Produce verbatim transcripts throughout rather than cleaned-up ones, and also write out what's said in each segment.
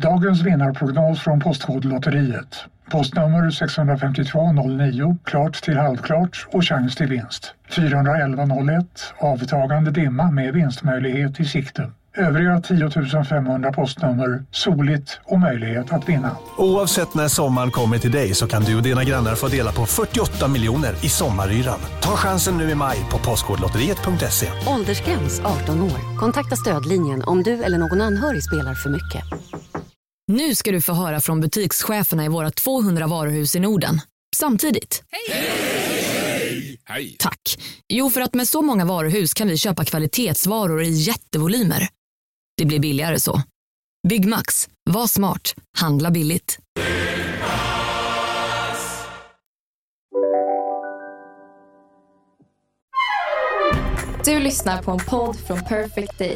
Dagens vinnarprognos från Postkodlotteriet. Postnummer sex fem två noll nio, klart till halvklart och chans till vinst. fyra ett ett noll ett, avtagande dimma med vinstmöjlighet i sikte. Övriga tio tusen femhundra postnummer, soligt och möjlighet att vinna. Oavsett när sommaren kommer till dig så kan du och dina grannar få dela på fyrtioåtta miljoner i sommaryran. Ta chansen nu i maj på postkodlotteriet punkt se. Åldersgräns arton år. Kontakta stödlinjen om du eller någon anhörig spelar för mycket. Nu ska du få höra från butikscheferna i våra tvåhundra varuhus i Norden. Samtidigt. Hej! Hej! Hej! Tack. Jo, för att med så många varuhus kan vi köpa kvalitetsvaror i jättevolymer. Det blir billigare så. Byggmax. Var smart. Handla billigt. Du lyssnar på en podd från Perfect Day.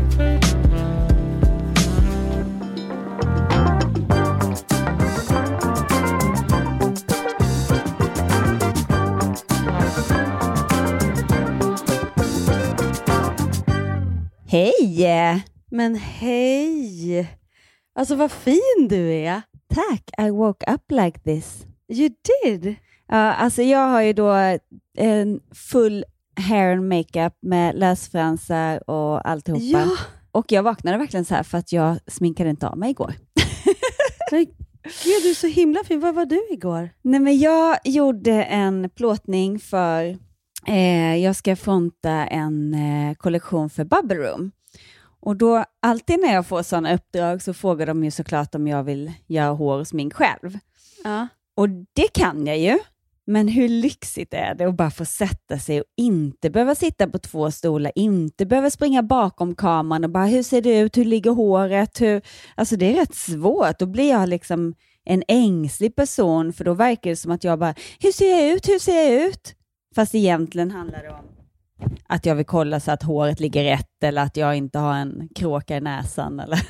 Hej! Men hej! Alltså vad fin du är. Tack, I woke up like this. You did? Ja, alltså jag har ju då en full hair and makeup med lösfransar och alltihopa. Ja. Och jag vaknade verkligen så här för att jag sminkade inte av mig igår. Men gud, du är så himla fin. Vad var du igår? Nej, men jag gjorde en plåtning för... Eh, jag ska fronta en eh, kollektion för Bubble Room. Och då, alltid när jag får sådana uppdrag så frågar de ju såklart om jag vill göra hår och smink själv. Ja. Och det kan jag ju. Men hur lyxigt är det att bara få sätta sig och inte behöva sitta på två stolar, inte behöva springa bakom kameran och bara, hur ser det ut, hur ligger håret, hur... Alltså det är rätt svårt. Då blir jag liksom en ängslig person, för då verkar det som att jag bara, hur ser jag ut, hur ser jag ut? Fast egentligen handlar det om att jag vill kolla så att håret ligger rätt eller att jag inte har en kråka i näsan. Eller?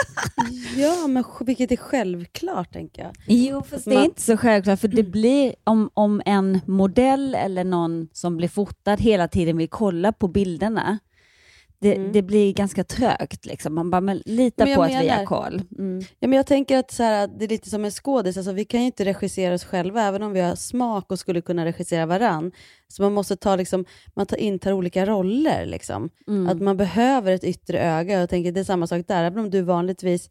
Ja, men vilket är självklart, tänker jag. Jo, fast det är inte så självklart. För det blir, om, om en modell eller någon som blir fotad hela tiden vill kolla på bilderna. Det, mm. det blir ganska trögt. Liksom. Man bara, men lita men på att vi har koll. Mm. Ja, men jag tänker att så här, det är lite som en skådis. Alltså, vi kan ju inte regissera oss själva, även om vi har smak och skulle kunna regissera varann. Så man måste ta, liksom, man tar intar olika roller. Liksom. Mm. Att man behöver ett yttre öga. Jag tänker det är samma sak där. Även om du vanligtvis,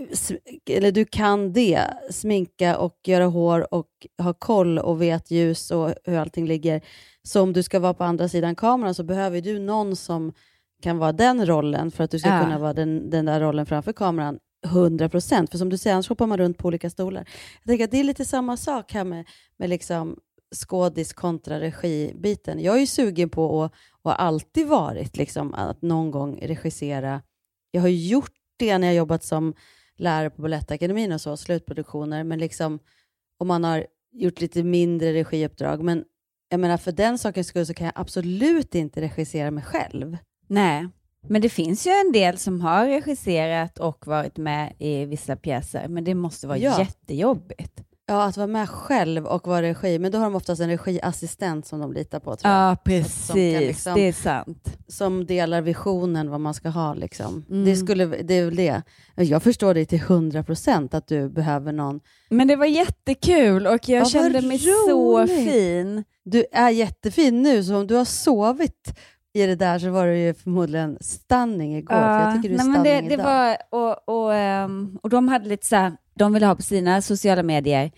eller du kan det, sminka och göra hår och ha koll och vet ljus och hur allting ligger. Så om du ska vara på andra sidan kameran så behöver du någon som kan vara den rollen för att du ska ja. kunna vara den, den där rollen framför kameran hundra procent. För som du säger, annars hoppar man runt på olika stolar. Jag tänker att det är lite samma sak här med, med liksom skådis kontra regibiten. Jag är ju sugen på och, och alltid varit liksom att någon gång regissera. Jag har gjort det när jag jobbat som lärare på Balettakademin och så, slutproduktioner. Men liksom, om man har gjort lite mindre regiuppdrag. Men jag menar, för den sakens skull så kan jag absolut inte regissera mig själv. Nej, men det finns ju en del som har regisserat och varit med i vissa pjäser. Men det måste vara ja. jättejobbigt. Ja, att vara med själv och vara regi. Men då har de oftast en regiassistent som de litar på, tror jag. Ja, precis. Som liksom, det är sant. Som delar visionen vad man ska ha. Liksom. Mm. Det, skulle, det är väl det. Jag förstår dig till hundra procent att du behöver någon. Men det var jättekul och jag ja, kände mig roligt. Så fin. Du är jättefin nu, så om du har sovit i det där så var det ju förmodligen stunning igår. Uh, för jag tycker du är nej, stunning men det, idag. Det var, och, och, um, och de hade lite så här, de ville ha på sina sociala medier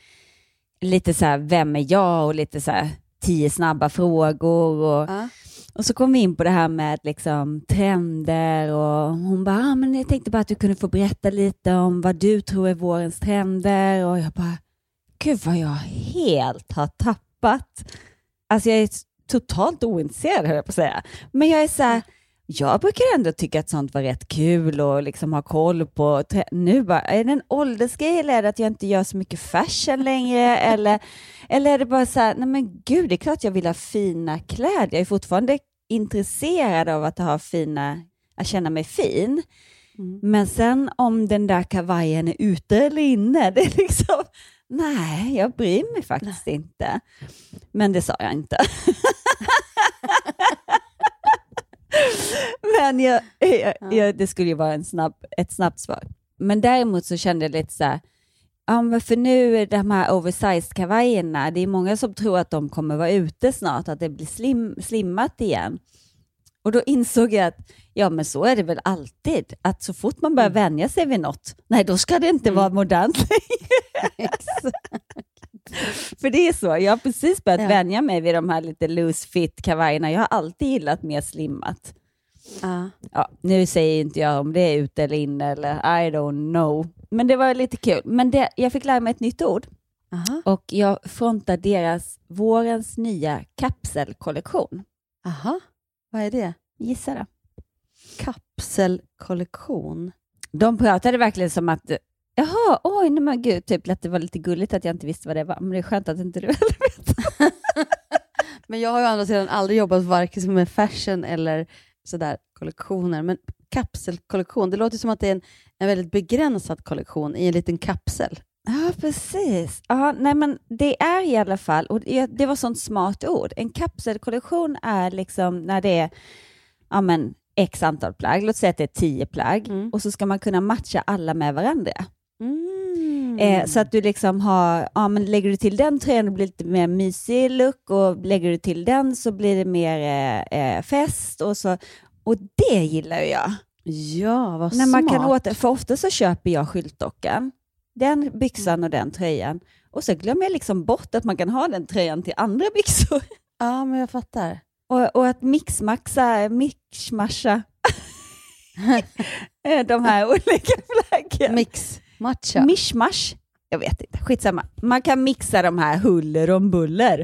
lite så här, vem är jag? Och lite så här, tio snabba frågor. Och, uh. och så kom vi in på det här med liksom trender. Och hon bara, ah, men jag tänkte bara att du kunde få berätta lite om vad du tror är vårens trender. Och jag bara, gud vad jag helt har tappat. Alltså jag är totalt ointresserad, höll jag på att säga. Men jag är så här, jag brukar ändå tycka att sånt var rätt kul och liksom ha koll på. Nu bara, är det en åldersgrej eller är det att jag inte gör så mycket fashion längre? eller, eller är det bara så här, nej men gud, det är klart jag vill ha fina kläder. Jag är fortfarande intresserad av att ha fina, att känna mig fin. Mm. Men sen om den där kavajen är ute eller inne, det är liksom, nej, jag bryr mig faktiskt nej. inte. Men det sa jag inte. Men jag, jag, jag, det skulle ju vara en snabb, ett snabbt svar. Men däremot så kände jag lite så här, ja, men för nu är de här oversized kavajerna, det är många som tror att de kommer vara ute snart, att det blir slim, slimmat igen. Och då insåg jag att ja, men så är det väl alltid, att så fort man börjar mm. vänja sig vid något, nej, då ska det inte mm. vara modernt längre. För det är så, jag har precis börjat ja. vänja mig vid de här lite loose fit kavajerna. Jag har alltid gillat mer slimmat. Uh. Ja, nu säger inte jag om det är ute eller inne eller I don't know. Men det var lite kul. Men det, jag fick lära mig ett nytt ord. Uh-huh. Och jag frontar deras vårens nya kapselkollektion. Aha, vad är det? Gissa då. Kapselkollektion? De pratade verkligen som att jaha, oj, nej men gud, typ att det var lite gulligt att jag inte visste vad det var. Men det är skönt att inte du heller vet. Men jag har ju andra sidan aldrig jobbat varken med fashion eller sådär kollektioner. Men kapselkollektion, det låter som att det är en, en väldigt begränsad kollektion i en liten kapsel. Ja, precis. Ja, nej men det är i alla fall, och det var sånt smart ord. En kapselkollektion är liksom när det är, ja men, x antal plagg. Låt säga att det är tio plagg. Mm. Och så ska man kunna matcha alla med varandra. Mm. Eh, så att du liksom har, ja men lägger du till den tröjan det blir lite mer mysig look, och lägger du till den så blir det mer eh, fest och så, och det gillar jag. Ja, vad när smart. Man kan åter, för ofta så köper jag skyltdockan, den byxan och den tröjan, och så glömmer jag liksom bort att man kan ha den tröjan till andra byxor. Ja, men jag fattar. Och, och att mixmaxa, mixmasha de här olika plaggen. Mix. Matcha. Mishmash. Jag vet inte. Skitsamma. Man kan mixa de här huller om buller.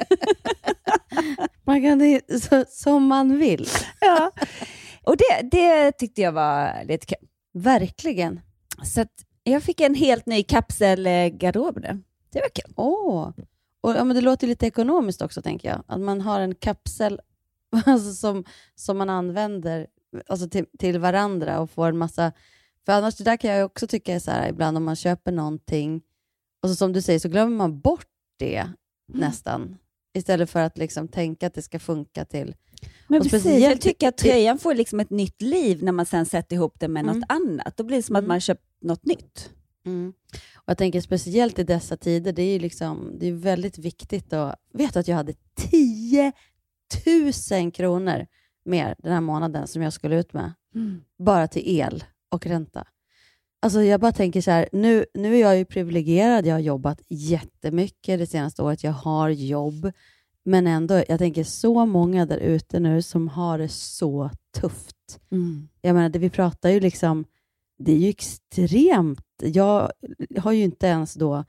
Man kan det så, som man vill. Ja. Och det, det tyckte jag var lite kul. Verkligen. Så att jag fick en helt ny kapselgarderob nu. Det var kul. Åh. Och ja, men det låter lite ekonomiskt också, tänker jag. Att man har en kapsel alltså, som, som man använder alltså, till, till varandra och får en massa. För annars, det där kan jag också tycka är så här, ibland om man köper någonting och så som du säger så glömmer man bort det mm. nästan. Istället för att liksom tänka att det ska funka till. Men precis, jag tycker att tröjan får liksom ett nytt liv när man sen sätter ihop det med mm. något annat. Då blir det som mm. att man köpt något nytt. Mm. Och jag tänker speciellt i dessa tider, det är ju liksom, det är väldigt viktigt att veta att jag hade tio tusen kronor mer den här månaden som jag skulle ut med. Mm. Bara till el och ränta. Alltså jag bara tänker så här, nu, nu är jag ju privilegierad, jag har jobbat jättemycket det senaste året, jag har jobb, men ändå, jag tänker så många där ute nu som har det så tufft. Mm. Jag menar, det vi pratar ju liksom, det är ju extremt, jag har ju inte ens då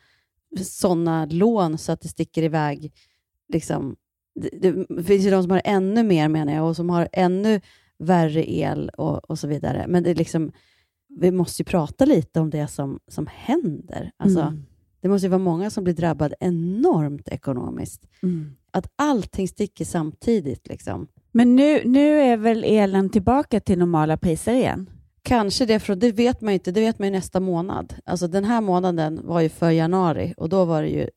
sådana lån så att det sticker iväg liksom, det, det finns ju de som har ännu mer menar jag och som har ännu värre el och, och så vidare, men det är liksom vi måste ju prata lite om det som, som händer. Alltså, mm. det måste ju vara många som blir drabbade enormt ekonomiskt. Mm. Att allting sticker samtidigt. Liksom. Men nu, nu är väl elen tillbaka till normala priser igen? Kanske det, för det vet man ju inte. Det vet man ju nästa månad. Alltså den här månaden var ju för januari. Och då var det ju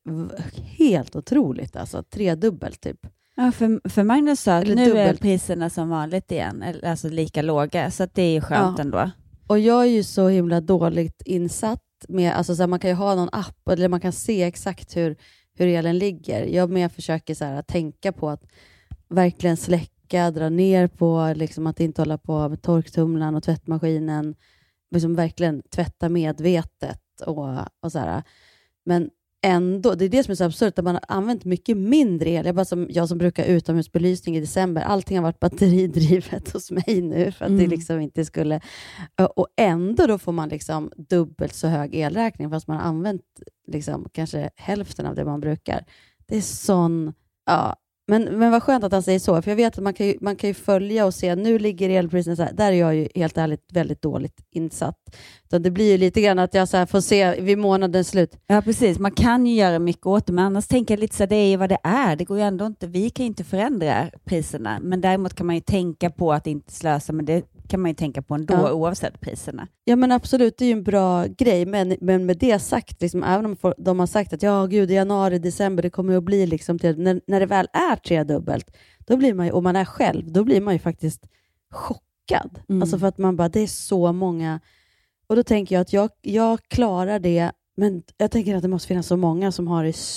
helt otroligt. Alltså tredubbelt typ. Ja, för, för Magnus sa att nu dubbelt. Är priserna som vanligt igen. Alltså lika låga. Så att det är ju skönt ja. Ändå. Och jag är ju så himla dåligt insatt med, alltså så här, man kan ju ha någon app eller man kan se exakt hur, hur elen ligger. Jag med försöker så här, att tänka på att verkligen släcka, dra ner på liksom, att inte hålla på med torktumlaren och tvättmaskinen. Liksom verkligen tvätta medvetet och, och så här. Men ändå, det är det som är så absurt, att man har använt mycket mindre el. Jag, bara som, jag som brukar utomhusbelysning i december, allting har varit batteridrivet hos mig nu för att mm. det liksom inte skulle, och ändå då får man liksom dubbelt så hög elräkning fast man har använt liksom kanske hälften av det man brukar. Det är sån, ja. Men, men vad skönt att han säger så, för jag vet att man kan ju, man kan ju följa och se, nu ligger elpriserna så här, där är jag ju helt ärligt väldigt dåligt insatt. Så det blir ju lite grann att jag så här får se vid månadens slut. Ja precis, man kan ju göra mycket åt det, men annars tänker jag lite så här, det är ju vad det är. Det går ju ändå inte, vi kan ju inte förändra priserna, men däremot kan man ju tänka på att inte slösa, men det kan man ju tänka på ändå ja. Oavsett priserna. Ja men absolut, det är ju en bra grej, men, men med det sagt, liksom, även om de har sagt att ja gud, i januari, december, det kommer att bli liksom till, när, när det väl är tredubbelt, då blir man ju, och man är själv, då blir man ju faktiskt chockad. Mm. Alltså för att man bara, det är så många Och då tänker jag att jag, jag klarar det, men jag tänker att det måste finnas så många som har det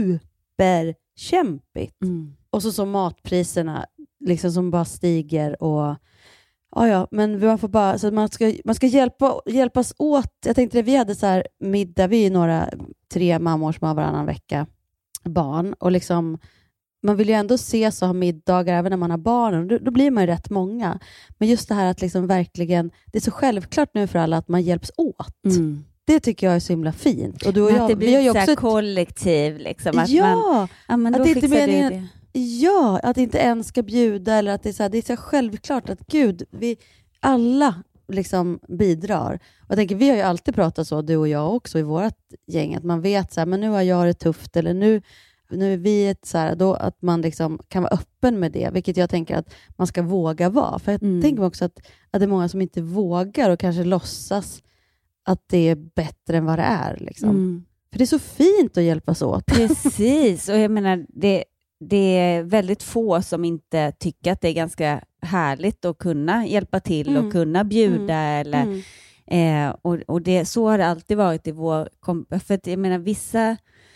superkämpigt. Mm. Och så så matpriserna liksom som bara stiger och ja, ja, men man får bara så att man ska man ska hjälpa hjälpas åt. Jag tänkte att vi hade så här middag, vi är några tre mammor som har varannan vecka barn och liksom man vill ju ändå ses och ha middagar även när man har barnen. Då, då blir man ju rätt många. Men just det här att liksom verkligen, det är så självklart nu för alla att man hjälps åt. Mm. Det tycker jag är så himla fint. Och du och att jag, det blir vi har ju så också här ett kollektiv liksom. Att ja, man, ja, men då att det inte fixar blir du en, det. ja, att inte en ska bjuda eller att det är så här, det är så självklart att gud, vi alla liksom bidrar. Och jag tänker, vi har ju alltid pratat så, du och jag också i vårt gäng, att man vet så här, men nu har jag det tufft eller nu nu är vi ett så här, då att man liksom kan vara öppen med det, vilket jag tänker att man ska våga vara. För jag Mm. tänker också att, att det är många som inte vågar och kanske låtsas att det är bättre än vad det är. Liksom. Mm. För det är så fint att hjälpas åt. Precis, och jag menar, det, det är väldigt få som inte tycker att det är ganska härligt att kunna hjälpa till Mm. och kunna bjuda. Mm. Eller, Mm. eh, och, och det, så har det alltid varit i vår... Kom- för att jag menar, vissa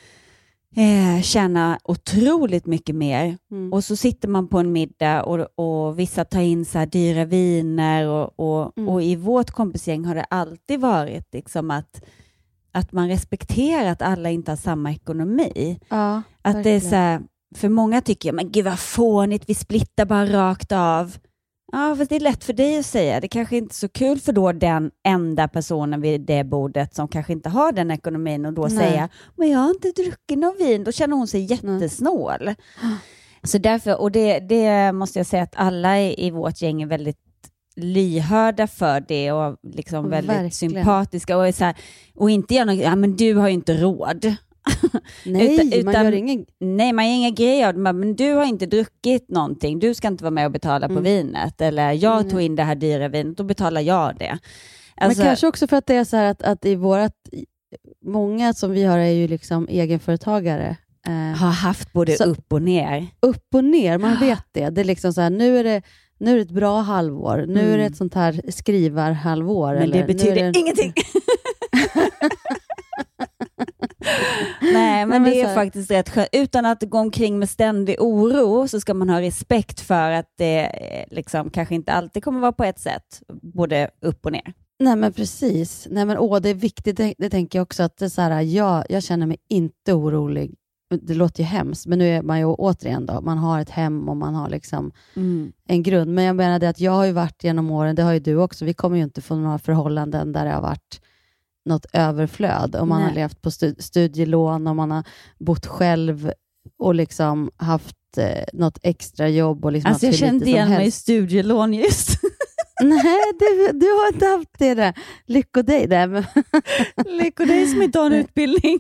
eh, tjänar otroligt mycket mer. Mm. Och så sitter man på en middag och, och vissa tar in så här dyra viner och, och, Mm. och i vårt kompisgäng har det alltid varit liksom att, att man respekterar att alla inte har samma ekonomi. Ja, Att det är verkligen. så här, för många tycker jag, men gud vad fånigt, vi splittar bara rakt av. Ja, för det är lätt för dig att säga. Det kanske inte är så kul för då den enda personen vid det bordet som kanske inte har den ekonomin och då Nej. säga, men jag har inte druckit någon vin. Då känner hon sig jättesnål. Så därför, och det, det måste jag säga att alla i, i vårt gäng är väldigt lyhörda för det och liksom väldigt Verkligen. sympatiska och, är så här, och inte gör något, ja men du har ju inte råd. Nej, Utan- man utan- gör ingen... Nej, man gör inga grejer. Man, men du har inte druckit någonting. Du ska inte vara med och betala på Mm. vinet. Eller jag Mm. tog in det här dyra vinet, då betalar jag det. Alltså, Men kanske också för att det är så här att, att i vårat... Många som vi har är ju liksom egenföretagare. Eh, har haft både Så- upp och ner. upp och ner, man vet det. Det är liksom så här, nu är det, nu är det ett bra halvår. Nu Mm. är det ett sånt här skrivarhalvår. Men eller, det betyder nu är det... ingenting. Nej, men, Nej, men det är så här- faktiskt rätt skönt. Utan att gå omkring med ständig oro så ska man ha respekt för att det eh, liksom kanske inte alltid kommer vara på ett sätt. Både upp och ner. Nej men precis. Nej men åh, det är viktigt, det, det tänker jag också att det är så här, jag, jag känner mig inte orolig. Det låter ju hemskt, men nu är man ju återigen då, man har ett hem och man har liksom Mm. en grund. Men jag menar det att jag har ju varit genom åren, det har ju du också, vi kommer ju inte få några förhållanden där det har varit något överflöd. Om man Nej. har levt på stu- studielån, om man har bott själv och liksom haft eh, något extra jobb och liksom Alltså jag haft hur kände lite som igen mig i helst. studielån just. Nej, du, du har inte haft det där. Lycko dig där. Men... Lycka dig som inte har en utbildning.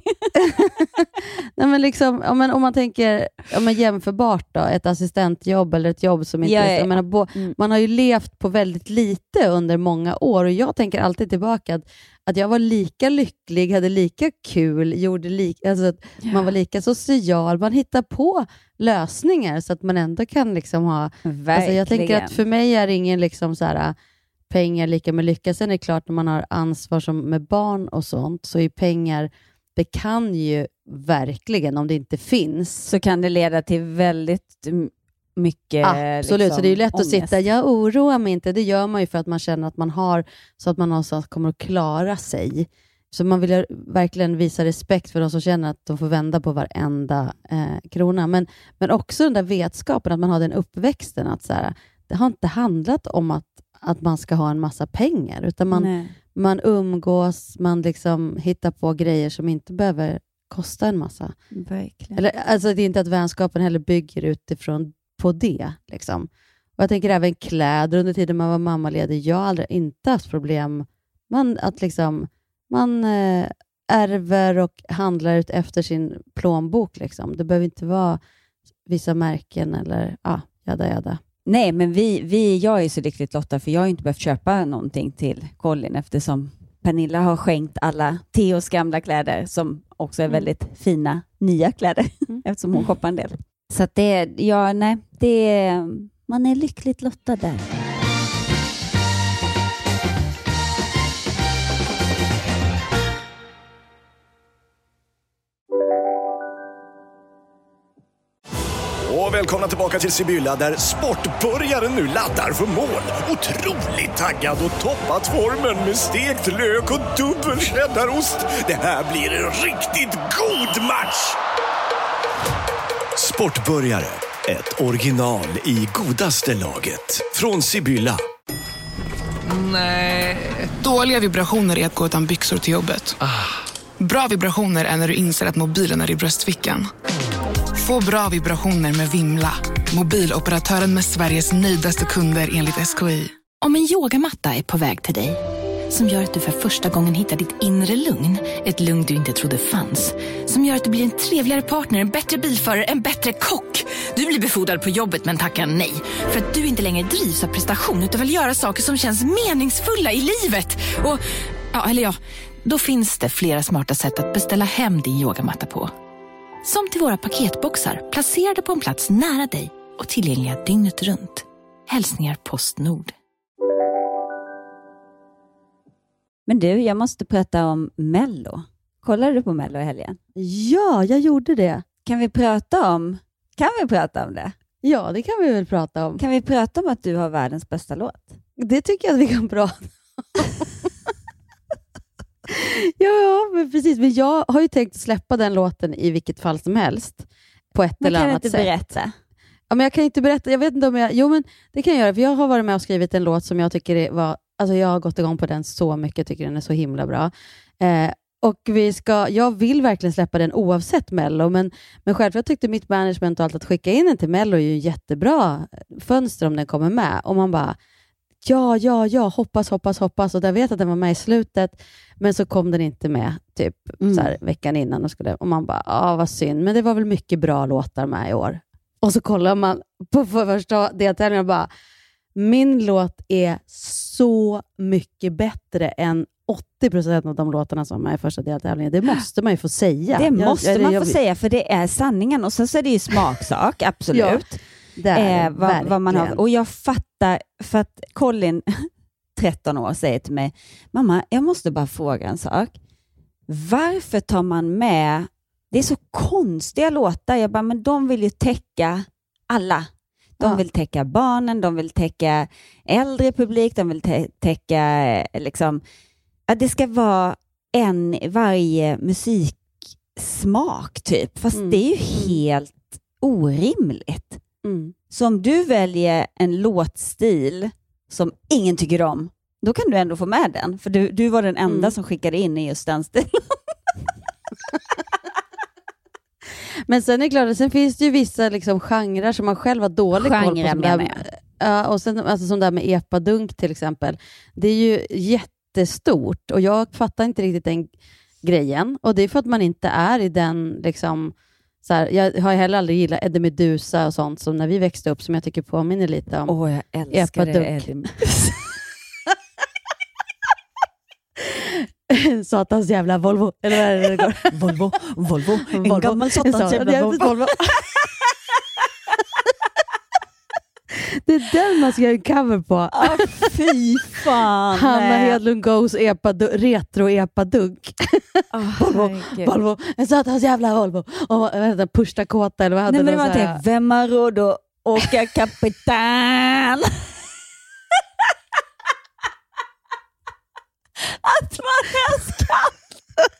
Nej, men liksom, om, man, om man tänker om man jämförbart då, ett assistentjobb eller ett jobb som inte... Ja, ja, jag menar, bo, Mm. man har ju levt på väldigt lite under många år och jag tänker alltid tillbaka att, att jag var lika lycklig, hade lika kul, gjorde lika, alltså att man var lika social, man hittar på lösningar så att man ändå kan liksom ha... Verkligen. Alltså jag tänker att för mig är ingen liksom så här, pengar lika med lycka. Sen är det klart när man har ansvar som med barn och sånt så är pengar, det kan ju verkligen, om det inte finns. så kan det leda till väldigt m- mycket Absolut, liksom, så det är ju lätt ångest. att sitta, jag oroar mig inte. Det gör man ju för att man känner att man har, så att man någonstans kommer att klara sig. Så man vill ju verkligen visa respekt för de som känner att de får vända på varenda eh, krona. Men, men också den där vetskapen att man har den uppväxten att så här, det har inte handlat om att, att man ska ha en massa pengar, utan man, Nej. man umgås, man liksom hittar på grejer som inte behöver kosta en massa. Verkligen. Eller, alltså det är inte att vänskapen heller bygger utifrån på det. Liksom. Och jag tänker även kläder under tiden man var mammaledig. Jag har aldrig inte haft problem man, att liksom, man eh, ärver och handlar ut efter sin plånbok. Liksom. Det behöver inte vara vissa märken eller ah, jada jada. Nej, men vi, vi, jag är så lyckligt lottad för jag har inte behövt köpa någonting till Colin eftersom Pernilla har skänkt alla Theos gamla kläder som också är Mm. väldigt fina nya kläder Mm. eftersom hon shoppar en del. Så att det, ja, nej, det, man är lyckligt lottad där. och välkomna tillbaka till Sibylla där sportbörjaren nu laddar för mål. Otroligt taggad och toppat formen med stekt lök och dubbel cheddarost. Det här blir en riktigt god match! Sportbörjare, ett original i godaste laget. Från Sibylla. Nej. Dåliga vibrationer är att gå utan byxor till jobbet. Ah. Bra vibrationer är när du inser att mobilen är i bröstfickan. Få bra vibrationer med Vimla. Mobiloperatören med Sveriges nöjdaste kunder enligt S K I. Om en yogamatta är på väg till dig, som gör att du för första gången hittar ditt inre lugn, ett lugn du inte trodde fanns, som gör att du blir en trevligare partner, en bättre bilförare, en bättre kock. Du blir befordrad på jobbet men tackar nej, för att du inte längre drivs av prestation utan vill göra saker som känns meningsfulla i livet. Och, ja, eller ja, då finns det flera smarta sätt att beställa hem din yogamatta på. Som till våra paketboxar, placerade på en plats nära dig och tillgängliga dygnet runt. Hälsningar Postnord. Men du, jag måste prata om Mello. Kollade du på Mello i helgen? Ja, jag gjorde det. Kan vi prata om, kan vi prata om det? Ja, det kan vi väl prata om. Kan vi prata om att du har världens bästa låt? Det tycker jag att vi kan prata om. ja, ja, men precis. Men jag har ju tänkt släppa den låten i vilket fall som helst. På ett men eller annat sätt. Kan du inte berätta? Ja, men jag kan inte berätta. Jag vet inte om jag... Jo, men det kan jag göra. För jag har varit med och skrivit en låt som jag tycker det var... Alltså jag har gått igång på den så mycket. Jag tycker den är så himla bra. Eh, och vi ska... Jag vill verkligen släppa den oavsett Mello. Men, men självklart tyckte mitt management och allt att skicka in den till Mello är ju jättebra fönster om den kommer med. Och man bara... Ja, ja, ja. Hoppas, hoppas, hoppas. Och där vet jag att den var med i slutet. Men så kom den inte med typ mm. så här, veckan innan. Och, skulle, och man bara, ja vad synd. Men det var väl mycket bra låtar med i år. Och så kollar man på första deltävlingen och bara, min låt är så mycket bättre än åttio procent av de låtarna som är i första deltävlingen. Det måste man ju få säga. Det måste jag, man jag, få jag, säga, för det är sanningen. Och sen så är det ju smaksak, absolut. Ja, det är eh, vad, vad man har. Och jag fattar, för att Colin, tretton år, säger till mig, mamma, jag måste bara fråga en sak. Varför tar man med... Det är så konstiga låtar. Jag bara, men de vill ju täcka alla. De ja. vill täcka barnen, de vill täcka äldre publik, de vill tä- täcka liksom... Ja, det ska vara en i varje musiksmak typ. Fast mm. det är ju helt orimligt. Mm. Så om du väljer en låtstil som ingen tycker om, då kan du ändå få med den. För du, du var den enda mm. som skickade in i just den stilen. Men sen är det klart, sen finns det ju vissa liksom genrer som man själv har dålig koll på. Som där, ja, och sen alltså som där med epadunk till exempel. Det är ju jättestort och jag fattar inte riktigt den grejen. Och det är för att man inte är i den liksom, så här, jag har heller aldrig gillat Eddie Meduza och sånt som när vi växte upp, som jag tycker påminner lite om. Åh, oh, jag älskar Eddie Meduza. Satans jävla Volvo. Eller vad är det det går? Volvo, Volvo. En Volvo. gammal satans jävla Volvo. Volvo. Det är den man ska göra en cover på. Ah, fy fan. Hanna Hedlund Goes epa- retro-epadunk. Oh, Volvo, Volvo. En satans jävla Volvo. Och vänta, Pushta Kåta eller vad hade Nej, den? Men det var vem har råd att åka kapitan? Att man är skatt.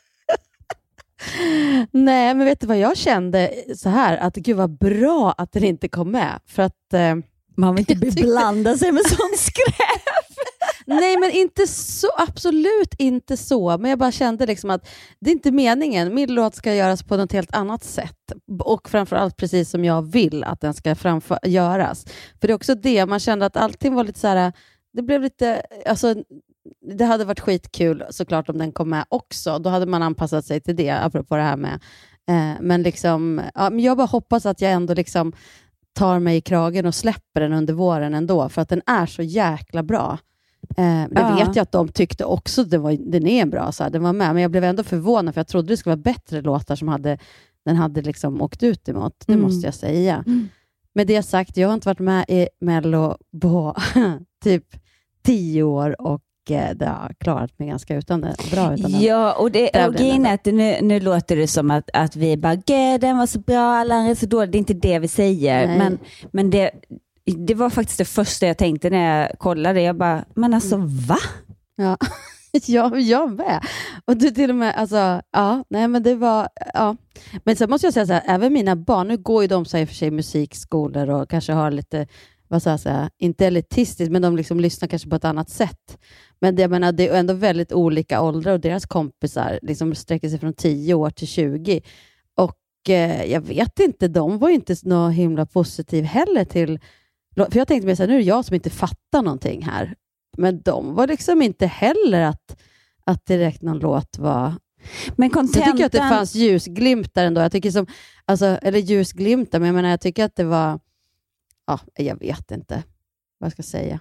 Nej, men vet du vad jag kände så här, att gud vad bra att den inte kom med, för att eh, man vill inte blanda sig med sån skräp. Nej, men inte så, absolut inte så, men jag bara kände liksom att det är inte meningen. Min låt ska göras på något helt annat sätt och framförallt precis som jag vill att den ska framför- göras. För det är också det, man kände att allting var lite så här, det blev lite, alltså det hade varit skitkul såklart om den kom med också. Då hade man anpassat sig till det, apropå det här med. Eh, men liksom, ja, men jag bara hoppas att jag ändå liksom tar mig i kragen och släpper den under våren ändå. För att den är så jäkla bra. Eh, det ja. vet jag att de tyckte också. Det var, den är bra, så här, den var med. Men jag blev ändå förvånad, för jag trodde det skulle vara bättre låtar som hade, den hade liksom åkt ut emot. Det mm. måste jag säga. Mm. Med det sagt, jag har inte varit med i Mello på typ tio år och eh, det har klarat mig ganska utan det, bra utan det. Ja, och, det, och grejen är att nu, nu låter det som att, att vi bara, gud den var så bra, alla är så dåliga. Det är inte det vi säger. Nej. Men, men det, det var faktiskt det första jag tänkte när jag kollade. Jag bara, men alltså va? Ja. Ja, jag med. Och du till och med, alltså, ja, nej men det var, ja. Men sen måste jag säga så här, även mina barn, nu går ju de så här i och för sig musikskolor och kanske har lite, vad ska jag säga, inte elitistiskt, men de liksom lyssnar kanske på ett annat sätt. Men det, jag menar, det är ändå väldigt olika åldrar och deras kompisar liksom sträcker sig från tio år till tjugo. Och eh, jag vet inte, de var ju inte så himla positiv heller till, för jag tänkte mig så här, nu är det jag som inte fattar någonting här. Men de var liksom inte heller att, att direkt någon låt var... Men contentan... Jag tycker att det fanns ljusglimtar ändå. Jag tycker som, alltså, eller ljusglimtar, men jag menar, jag tycker att det var... Ja, jag vet inte vad jag ska säga.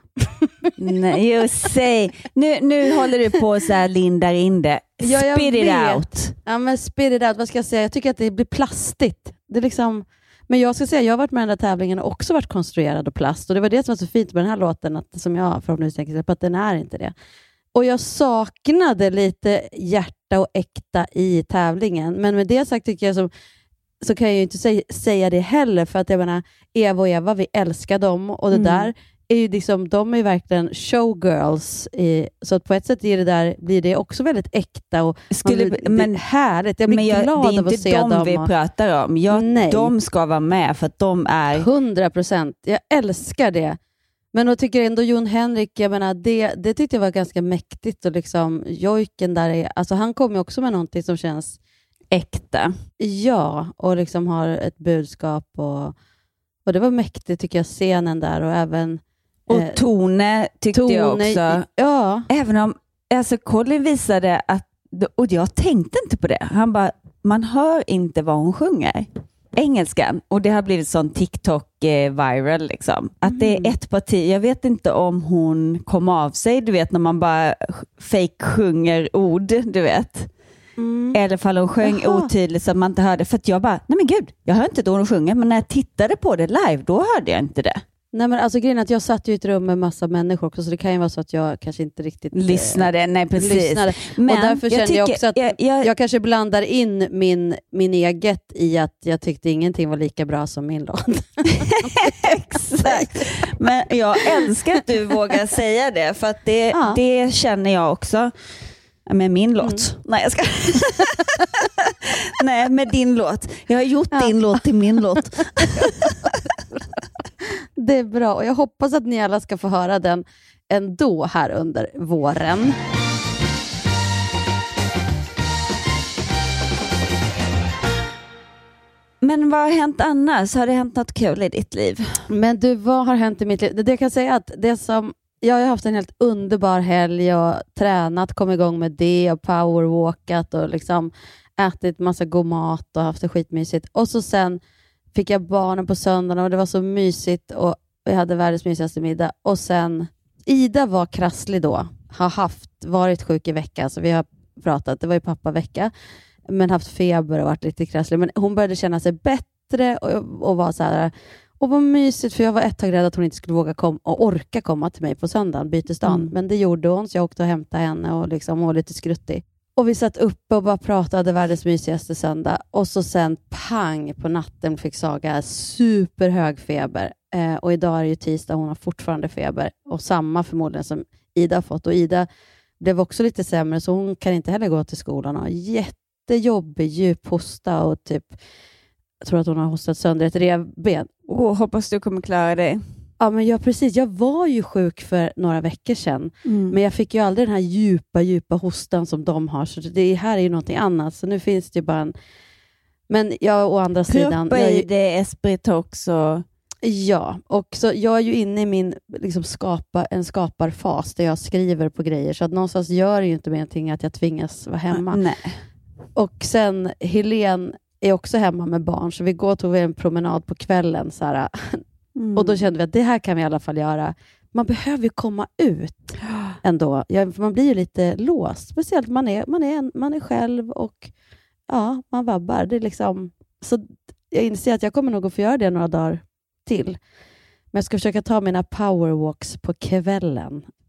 Nej, just säg. Nu, nu håller du på så här lindar in det. Ja, jag spit it vet. out. Ja, men spit it out, vad ska jag säga? Jag tycker att det blir plastigt. Det är liksom... Men jag ska säga, jag har varit med i den där tävlingen och också varit konstruerad och plast. Och det var det som var så fint med den här låten, att, som jag förhoppningsvis tänker på, att den är inte det. Och jag saknade lite hjärta och äkta i tävlingen. Men med det sagt tycker jag som, så kan jag ju inte säga, säga det heller. För att jag menar, Eva och Eva, vi älskar dem. Och det mm. där är ju liksom, de är verkligen showgirls. I, så att på ett sätt är det där, blir det också väldigt äkta och Skulle, blir, men, det är härligt. Jag blir men jag, glad av att se dem. Det är inte dem de vi pratar om. Jag, Nej. De ska vara med för att de är... hundra procent. Jag älskar det. Men jag tycker ändå Jon Henrik, jag menar, det, det tyckte jag var ganska mäktigt. Och liksom, Jojken där är, alltså han kommer också med någonting som känns äkta. Ja, och liksom har ett budskap. Och, och det var mäktigt tycker jag, scenen där. Och även... Och Tone tyckte Tone, jag också. Ja. Även om, alltså Colin visade att, och jag tänkte inte på det. Han bara, man hör inte vad hon sjunger. Engelskan. Och det har blivit sån TikTok eh, viral liksom. Att mm. det är ett parti. Jag vet inte om hon kom av sig. Du vet när man bara fake sjunger ord. Du vet. Mm. Eller fall hon sjöng Jaha. otydligt så att man inte hörde. För att jag bara, nej men gud. Jag hör inte då hon sjunger. Men när jag tittade på det live, då hörde jag inte det. Nej men alltså grejen är att jag satt ju i ett rum med massa människor också, så det kan ju vara så att jag kanske inte riktigt lyssnade. Eh, nej precis. Lyssnade. Men och därför kände jag, jag också att jag, jag, jag kanske blandar in min, min eget i att jag tyckte ingenting var lika bra som min låt. Exakt. Men jag älskar att du vågar säga det, för att det, ja. det känner jag också med min låt. Mm. Nej, jag ska... Nej, med din låt. Jag har gjort ja. din låt till min låt. Det är bra och jag hoppas att ni alla ska få höra den ändå här under våren. Men vad har hänt annars? Har det hänt något kul i ditt liv? Men du, vad har hänt i mitt liv? Det jag kan säga att det som jag har haft en helt underbar helg och tränat, kom igång med det och powerwalkat och liksom ätit massa god mat och haft det skitmysigt. Och så sen fick jag barnen på söndagen och det var så mysigt och vi hade världens mysigaste middag. Och sen, Ida var krasslig då. Har haft, varit sjuk i veckan, så vi har pratat, det var ju pappavecka. Men haft feber och varit lite krasslig. Men hon började känna sig bättre och, och var så här, och var mysigt, för jag var ett tag rädd att hon inte skulle våga komma och orka komma till mig på söndagen, bytesdagen. Mm. Men det gjorde hon, så jag åkte och hämtade henne och liksom var lite skruttig. Och vi satt uppe och bara pratade världens mysigaste söndag. Och så sen pang på natten fick Saga superhög feber. Eh, och idag är det ju tisdag, hon har fortfarande feber. Och samma förmodligen som Ida har fått. Och Ida blev också lite sämre, så hon kan inte heller gå till skolan. Och jättejobbig djup hosta och typ, jag tror att hon har hostat sönder ett revben. Oh, hoppas du kommer klara det. Ja, men jag, precis. Jag var ju sjuk för några veckor sedan. Mm. Men jag fick ju aldrig den här djupa, djupa hostan som de har. Så det här är ju någonting annat. Så nu finns det ju bara en... Men jag å andra sidan... Proppa i det Espritox och... Ja, och så jag är ju inne i min liksom skapa, en skaparfas där jag skriver på grejer. Så att någonstans gör det ju inte med någonting att jag tvingas vara hemma. Nej. Och sen Helene är också hemma med barn. Så vi går och tog en promenad på kvällen så här... Mm. Och då kände vi att det här kan vi i alla fall göra. Man behöver ju komma ut ändå. Ja, för man blir ju lite låst. Speciellt man är, man är, man är själv och ja, man vabbar. Det är liksom, så jag inser att jag kommer nog att få göra det några dagar till. Men jag ska försöka ta mina powerwalks på kvällen.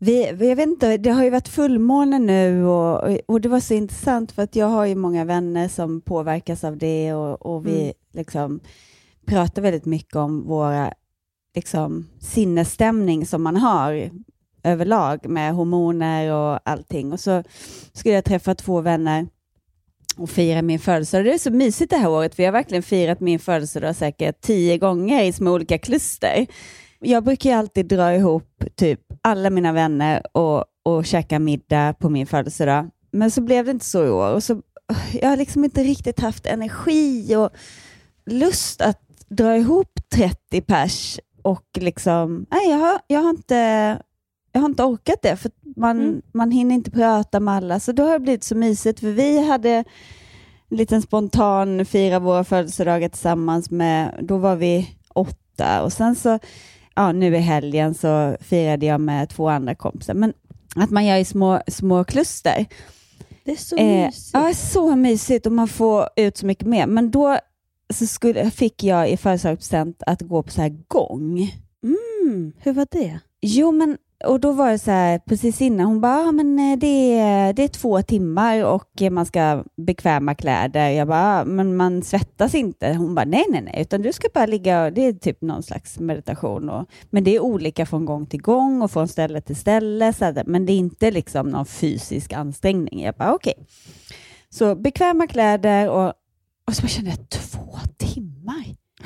Vi, jag vet inte, det har ju varit fullmåne nu och, och det var så intressant för att jag har ju många vänner som påverkas av det och, och vi mm. liksom pratar väldigt mycket om våra liksom, sinnesstämning som man har överlag med hormoner och allting. Och så skulle jag träffa två vänner och fira min födelsedag. Det är så mysigt det här året för jag har verkligen firat min födelsedag säkert tio gånger i små olika kluster. Jag brukar ju alltid dra ihop typ alla mina vänner och, och käka middag på min födelsedag. Men så blev det inte så i år. Och så, jag har liksom inte riktigt haft energi och lust att dra ihop trettio pers. Och liksom, nej jag har, jag har, inte, jag har inte orkat det. För man, mm. man hinner inte prata med alla. Så då har det blivit så mysigt. För vi hade en liten spontan fira våra födelsedagar tillsammans med, då var vi åtta. Och sen så ja, nu i helgen så firade jag med två andra kompisar. Men att man gör i små, små kluster. Det är så eh, mysigt. Ja, så mysigt och man får ut så mycket mer. Men då så skulle, fick jag i födelsedagspresent att gå på så här gång. Mm, hur var det? Jo, men och då var det så här precis innan. Hon bara, ja, men det är, det är två timmar och man ska bekväma kläder. Jag bara, men man svettas inte. Hon bara, nej, nej, nej. Utan du ska bara ligga, det är typ någon slags meditation. Och, men det är olika från gång till gång och från ställe till ställe. Så att, men det är inte liksom någon fysisk ansträngning. Jag bara, okej. Okay. Så bekväma kläder och, och så kände jag, två timmar?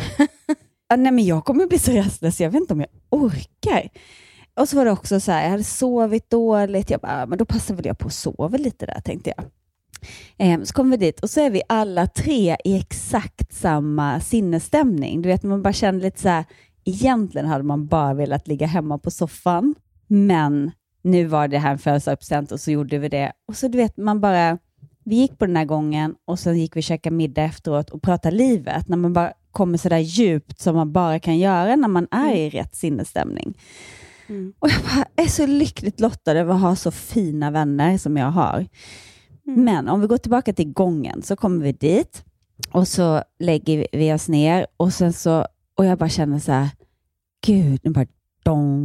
ja, nej, men jag kommer bli så rastlös. Jag vet inte om jag orkar. Och så var det också så här, jag hade sovit dåligt. Jag bara, men då passar väl jag på att sova lite där, tänkte jag. Eh, så kommer vi dit och så är vi alla tre i exakt samma sinnesstämning. Du vet, man bara känner lite så här, egentligen hade man bara velat ligga hemma på soffan. Men nu var det här en födelsedagspresent och så gjorde vi det. Och så du vet, man bara, vi gick på den här gången och sen gick vi käka middag efteråt och prata livet. När man bara kommer så där djupt som man bara kan göra när man är i rätt sinnesstämning. Mm. Och jag bara är så lyckligt lottad över att ha så fina vänner som jag har. Mm. Men om vi går tillbaka till gången så kommer vi dit och så lägger vi oss ner och sen så, och jag bara känner så här, gud, nu bara dong.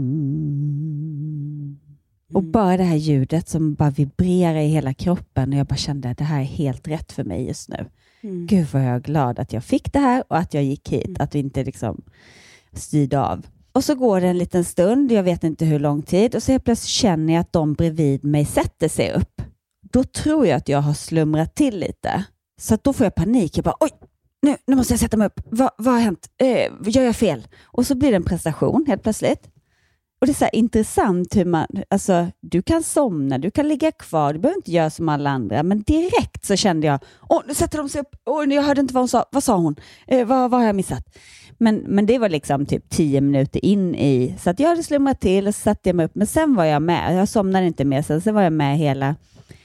Mm. Och bara det här ljudet som bara vibrerar i hela kroppen och jag bara kände att det här är helt rätt för mig just nu. Mm. Gud vad jag är glad att jag fick det här och att jag gick hit, mm. att vi inte liksom styrde av. Och så går det en liten stund, jag vet inte hur lång tid, och så helt plötsligt känner jag att de bredvid mig sätter sig upp. Då tror jag att jag har slumrat till lite. Så att då får jag panik. Jag bara, oj, nu, nu måste jag sätta mig upp. Va, vad har hänt? Eh, gör jag fel? Och så blir det en prestation helt plötsligt. Och det är så här intressant hur man, alltså du kan somna, du kan ligga kvar, du behöver inte göra som alla andra. Men direkt så kände jag, åh, nu sätter de sig upp, åh, jag hörde inte vad hon sa, vad sa hon? Eh, vad, vad har jag missat? Men, men det var liksom typ tio minuter in i, så att jag hade slumrat till och så satte jag mig upp. Men sen var jag med, jag somnade inte mer, sen, sen var jag med hela.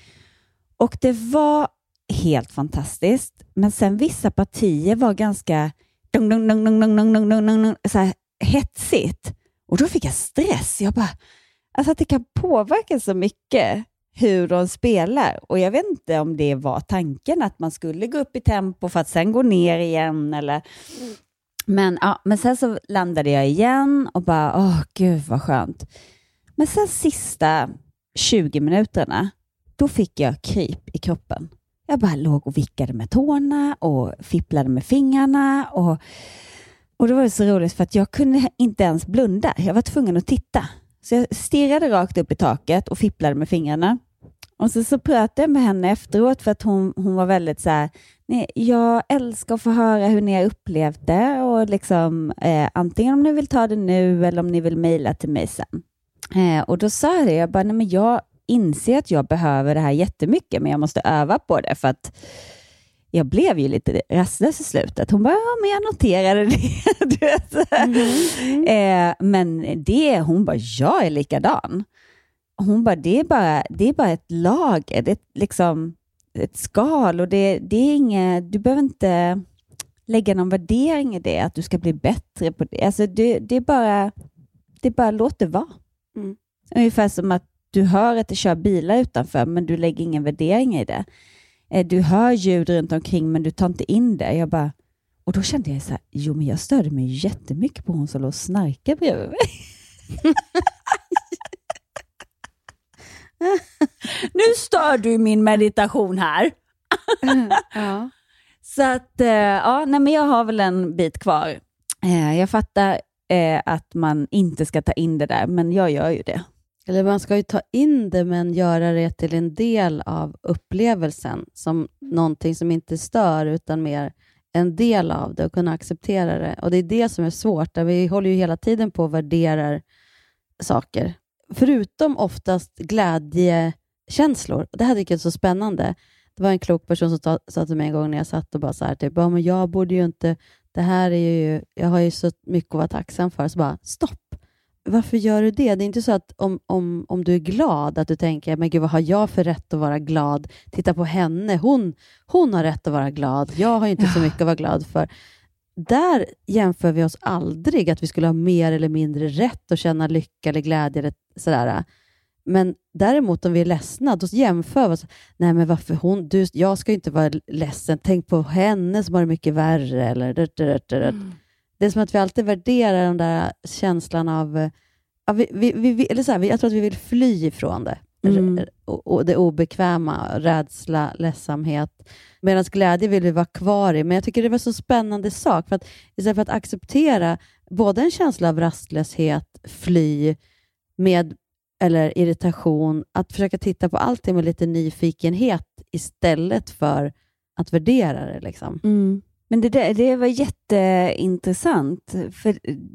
Och det var helt fantastiskt. Men sen vissa partier var ganska dun, dun, dun, dun, dun, dun, dun, dun, dun, så här hetsigt. Och då fick jag stress. Jag bara, alltså att det kan påverka så mycket hur de spelar. Och jag vet inte om det var tanken att man skulle gå upp i tempo för att sen gå ner igen. Eller... Mm. Men, ja, men sen så landade jag igen och bara, åh gud vad skönt. Men sen sista tjugo minuterna, då fick jag kryp i kroppen. Jag bara låg och vickade med tårna och fipplade med fingrarna. Och, och det var så roligt för att jag kunde inte ens blunda. Jag var tvungen att titta. Så jag stirrade rakt upp i taket och fipplade med fingrarna. Och så, så pratade jag med henne efteråt för att hon, hon var väldigt så här, nej, jag älskar att få höra hur ni har upplevt det och liksom eh, antingen om ni vill ta det nu eller om ni vill mejla till mig sen. Eh, och då sa jag det, jag bara, nej men jag inser att jag behöver det här jättemycket men jag måste öva på det för att jag blev ju lite rastlös i slutet. Hon bara, ja men jag noterade det. Du vet. Mm. Eh, men det, hon bara, jag är likadan. Hon bara, det är bara, det är bara ett lager, det är liksom ett skal och det, det är inget, du behöver inte lägga någon värdering i det, att du ska bli bättre på det. Alltså det, det är bara, det är bara låt det vara. Mm. Ungefär som att du hör att det kör bilar utanför men du lägger ingen värdering i det. Du hör ljud runt omkring men du tar inte in det. Jag bara, och då kände jag så här, jo men jag störde mig jättemycket på hon som låg och snarkade bredvid mig. Nu stör du min meditation här. Ja. Så att, ja, nej, men jag har väl en bit kvar. Jag fattar att man inte ska ta in det där, men jag gör ju det. Eller man ska ju ta in det, men göra det till en del av upplevelsen. Som någonting som inte stör, utan mer en del av det och kunna acceptera det. Och det är det som är svårt. Där vi håller ju hela tiden på och värderar saker. Förutom oftast glädjekänslor. Det här tycker jag är så spännande. Det var en klok person som ta, sa till mig en gång när jag satt och bara så här, typ, ja, men jag borde ju inte, det här är ju, jag har ju så mycket att vara tacksam för. Så bara, stopp. Varför gör du det? Det är inte så att om, om, om du är glad att du tänker, men gud, vad har jag för rätt att vara glad? Titta på henne, hon, hon har rätt att vara glad. Jag har ju inte så mycket att vara glad för. Där jämför vi oss aldrig att vi skulle ha mer eller mindre rätt att känna lycka eller glädje eller sådär. Men däremot om vi är ledsna, då jämför vi oss. Nej, men varför hon, du, jag ska ju inte vara ledsen. Tänk på henne som har det mycket värre. Eller, mm. Det är som att vi alltid värderar den där känslan av, ja, vi, vi, vi, eller så här, jag tror att vi vill fly ifrån det. Mm. Och, och det obekväma, rädsla, ledsamhet. Medan glädje vill vi vara kvar i. Men jag tycker det var så spännande sak. För att istället för att acceptera både en känsla av rastlöshet, fly med eller irritation, att försöka titta på allting med lite nyfikenhet istället för att värdera det. Liksom. Mm. Men det, där, det var jätteintressant. För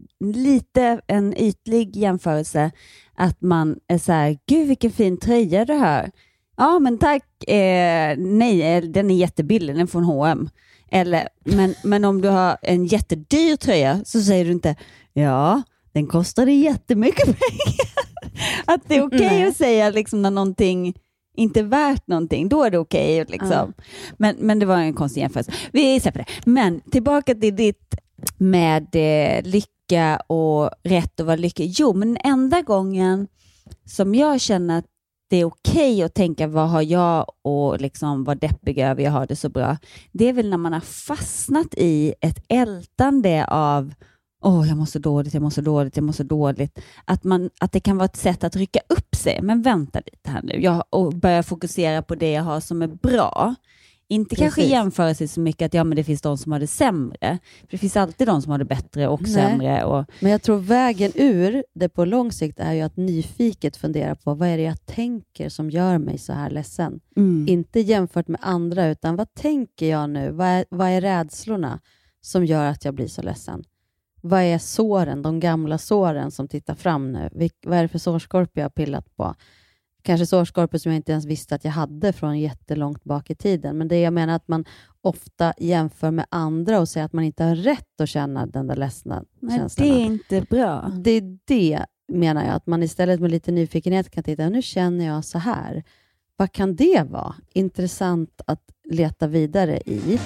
lite en ytlig jämförelse att man är så här, gud vilken fin tröja du har. Ja, men tack. Eh, nej, den är jättebillig, den är från H och M. Eller, men, men om du har en jättedyr tröja så säger du inte, ja, den kostade jättemycket pengar. Att det är okej okay att säga liksom, när någonting inte är värt någonting, då är det okej. Okay, liksom. Mm. men, men det var en konstig jämförelse. Vi släpper det. Men tillbaka till ditt med eh, lycka och rätt att vara lycklig. Jo, men den enda gången som jag känner att det är okej okay att tänka vad har jag och liksom vara deppig över, jag har det så bra. Det är väl när man har fastnat i ett ältande av åh, oh, jag mår så dåligt, jag mår så dåligt, jag mår så dåligt. Att, man, att det kan vara ett sätt att rycka upp sig. Men vänta lite här nu. Jag, och börja fokusera på det jag har som är bra. Inte Precis. Kanske jämföra sig så mycket att ja, men det finns de som har det sämre. För det finns alltid de som har det bättre och Nej. sämre. Och... Men jag tror vägen ur det på lång sikt är ju att nyfiket fundera på vad är det jag tänker som gör mig så här ledsen. Mm. Inte jämfört med andra, utan vad tänker jag nu? Vad är, vad är rädslorna som gör att jag blir så ledsen? Vad är såren, de gamla såren som tittar fram nu? Vil- vad är det för sårskorp jag har pillat på? Kanske sårskorpor som jag inte ens visste att jag hade från jättelångt bak i tiden. Men det jag menar att man ofta jämför med andra och säger att man inte har rätt att känna den där ledsna Nej, känslan. Det är inte bra. Det är det, menar jag, att man istället med lite nyfikenhet kan titta, nu känner jag så här. Vad kan det vara? Intressant att leta vidare i.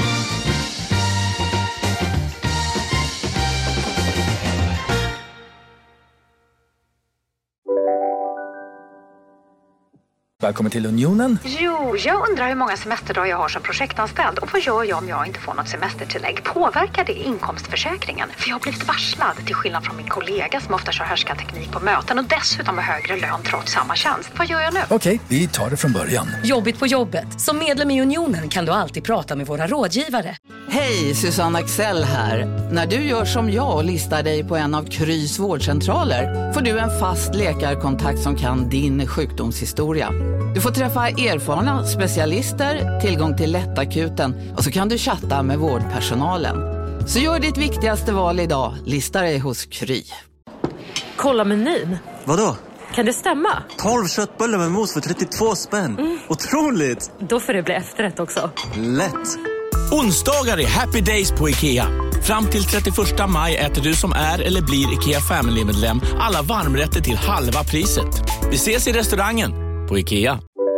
Välkommen till Unionen. Jo, jag undrar hur många semesterdagar jag har som projektanställd. Och vad gör jag om jag inte får något semestertillägg? Påverkar det inkomstförsäkringen? För jag har blivit varslad, till skillnad från min kollega som ofta kör härskarteknik på möten och dessutom har högre lön trots samma tjänst. Vad gör jag nu? Okej, vi tar det från början. Jobbigt på jobbet. Som medlem i Unionen kan du alltid prata med våra rådgivare. Hej, Susanne Axel här. När du gör som jag och listar dig på en av Krys vårdcentraler får du en fast läkarkontakt som kan din sjukdomshistoria. Du får träffa erfarna specialister, tillgång till lättakuten och så kan du chatta med vårdpersonalen. Så gör ditt viktigaste val idag, lista dig hos Kry. Kolla menyn. Vadå? Kan det stämma? tolv köttbullar med mos för trettiotvå spänn. Mm. Otroligt! Då får det bli efterrätt också. Lätt! Onsdagar är happy days på IKEA. Fram till trettioförsta maj äter du som är eller blir IKEA Family-medlem alla varmrätter till halva priset. Vi ses i restaurangen på IKEA.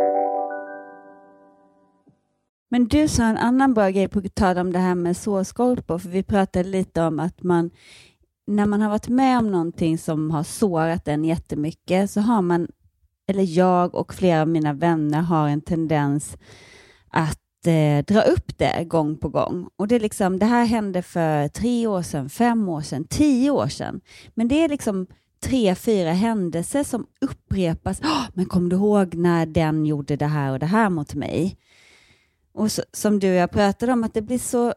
Men du sa en annan bra grej på att tala om det här med sårskorpor. För vi pratade lite om att man, när man har varit med om någonting som har sårat en jättemycket, så har man, eller jag och flera av mina vänner har en tendens att eh, dra upp det gång på gång. Och det är liksom, det här hände för tre år sedan, fem år sedan, tio år sedan. Men det är liksom, tre, fyra händelser som upprepas. Oh, men kom du ihåg när den gjorde det här och det här mot mig? Och så, som du och jag pratade om, att det blir så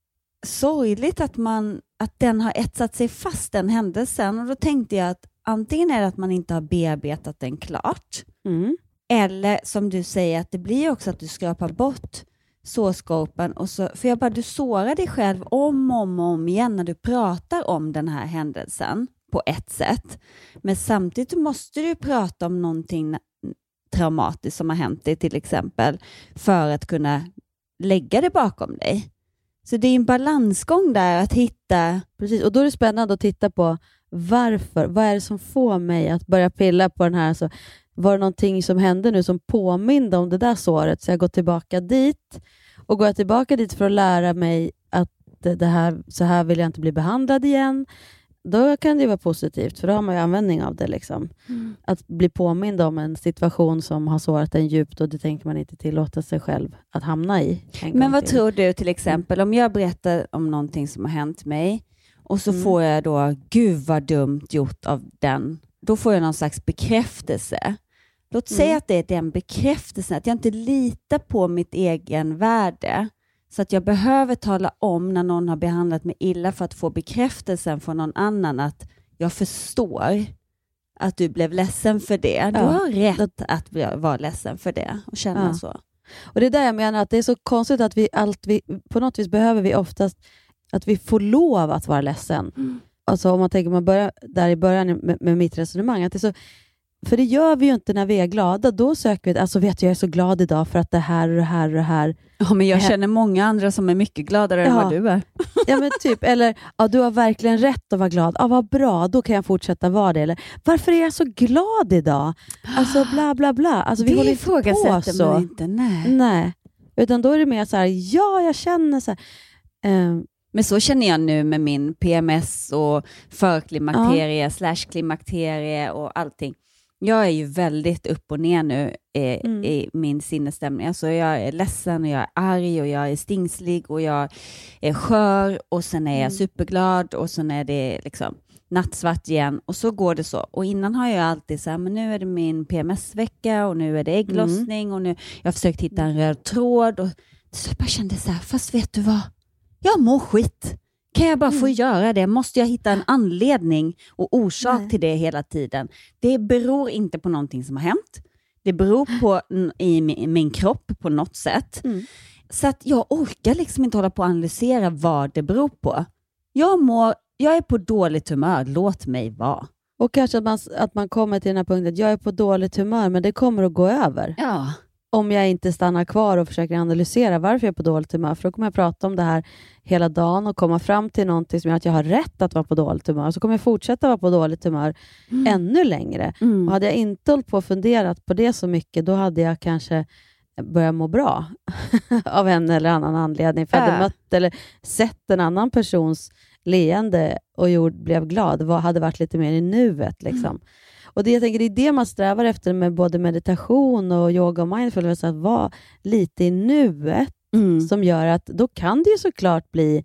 sorgligt att, man, att den har etsat sig fast, den händelsen. Och då tänkte jag att antingen är det att man inte har bearbetat den klart. Mm. Eller som du säger, att det blir också att du skrapar bort sårskorpan. Och så, för jag bara, du sårar dig själv om och om, om igen när du pratar om den här händelsen på ett sätt. Men samtidigt måste du prata om någonting traumatiskt som har hänt dig till exempel, för att kunna lägga det bakom dig. Så det är en balansgång där att hitta. Precis, och då är det spännande att titta på varför. Vad är det som får mig att börja pilla på den här? Alltså, var det någonting som hände nu som påminner om det där såret? Så jag går tillbaka dit. Och går jag tillbaka dit för att lära mig att det här, så här vill jag inte bli behandlad igen. Då kan det vara positivt, för då har man ju användning av det. Liksom. Mm. Att bli påmind om en situation som har sårat en djupt, och det tänker man inte tillåta sig själv att hamna i. Men vad till. tror du till exempel, om jag berättar om någonting som har hänt mig och så mm. får jag då, gud vad dumt gjort av den. Då får jag någon slags bekräftelse. Låt mm. säga att det är den bekräftelsen, att jag inte litar på mitt egen värde. Så att jag behöver tala om när någon har behandlat mig illa för att få bekräftelsen från någon annan att jag förstår att du blev ledsen för det. Du ja. har rätt att vara ledsen för det och känna ja. så. Och det är där jag menar att det är så konstigt att vi allt vi, på något vis behöver vi oftast att vi får lov att vara ledsen. Mm. Alltså om man tänker man börjar där i början med, med mitt resonemang, att det är så. För det gör vi ju inte när vi är glada. Då söker vi, alltså vet jag, jag är så glad idag för att det här och det här och det här. Ja, men jag känner många andra som är mycket gladare ja. än vad du är. Ja, men typ. Eller, ja, du har verkligen rätt att vara glad. Ja, vad bra, då kan jag fortsätta vara det. Eller, varför är jag så glad idag? Alltså, bla bla bla. Alltså, vi det håller inte på så. Man inte, nej. nej. Utan då är det mer så här, ja, jag känner så här. Um, Men så känner jag nu med min P M S och förklimakterie, ja. slash klimakterie och allting. Jag är ju väldigt upp och ner nu i, mm. i min sinnesstämning. Alltså jag är ledsen och jag är arg och jag är stingslig och jag är skör och sen är jag mm. superglad och sen är det liksom nattsvart igen och så går det så. Och innan har jag alltid så här, men nu är det min P M S-vecka och nu är det ägglossning mm. och nu jag har försökt hitta en röd tråd och så jag bara kände så här, fast vet du vad? Jag mår skit. Kan jag bara få mm. göra det? Måste jag hitta en anledning och orsak Nej. till det hela tiden? Det beror inte på någonting som har hänt. Det beror på n- i min, min kropp på något sätt. Mm. Så att jag orkar liksom inte hålla på att analysera vad det beror på. Jag, mår, jag är på dåligt humör. Låt mig vara. Och kanske att man, att man kommer till den här punkten att jag är på dåligt humör, men det kommer att gå över. Ja. Om jag inte stannar kvar och försöker analysera varför jag är på dåligt humör. För då kommer jag prata om det här hela dagen och komma fram till någonting som gör att jag har rätt att vara på dåligt humör. Så kommer jag fortsätta vara på dåligt humör mm. ännu längre. Mm. Och hade jag inte hållit på och funderat på det så mycket, då hade jag kanske börjat må bra av en eller annan anledning. För jag hade äh. mött eller sett en annan persons leende och gjord, blev glad. Vad hade varit lite mer i nuet liksom. Mm. Och det, jag tänker, det är det man strävar efter med både meditation och yoga och mindfulness, att vara lite i nuet mm. som gör att då kan det ju såklart bli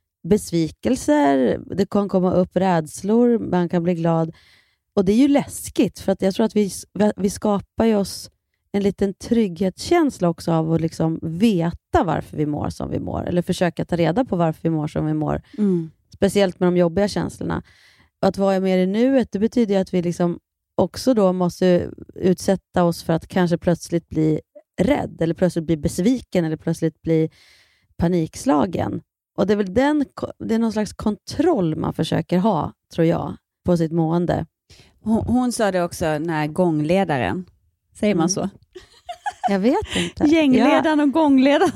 besvikelser, det kan komma upp rädslor, man kan bli glad. Och det är ju läskigt, för att jag tror att vi, vi skapar ju oss en liten trygghetskänsla också av att liksom veta varför vi mår som vi mår, eller försöka ta reda på varför vi mår som vi mår. Mm. Speciellt med de jobbiga känslorna. Och att vara mer i nuet, det betyder ju att vi liksom också då måste utsätta oss för att kanske plötsligt bli rädd, eller plötsligt bli besviken, eller plötsligt bli panikslagen. Och det är väl den, det är någon slags kontroll man försöker ha, tror jag, på sitt mående. Hon, hon sa det också, den här gångledaren. Säger mm. man så? Jag vet inte. Gängledaren ja. och gångledaren.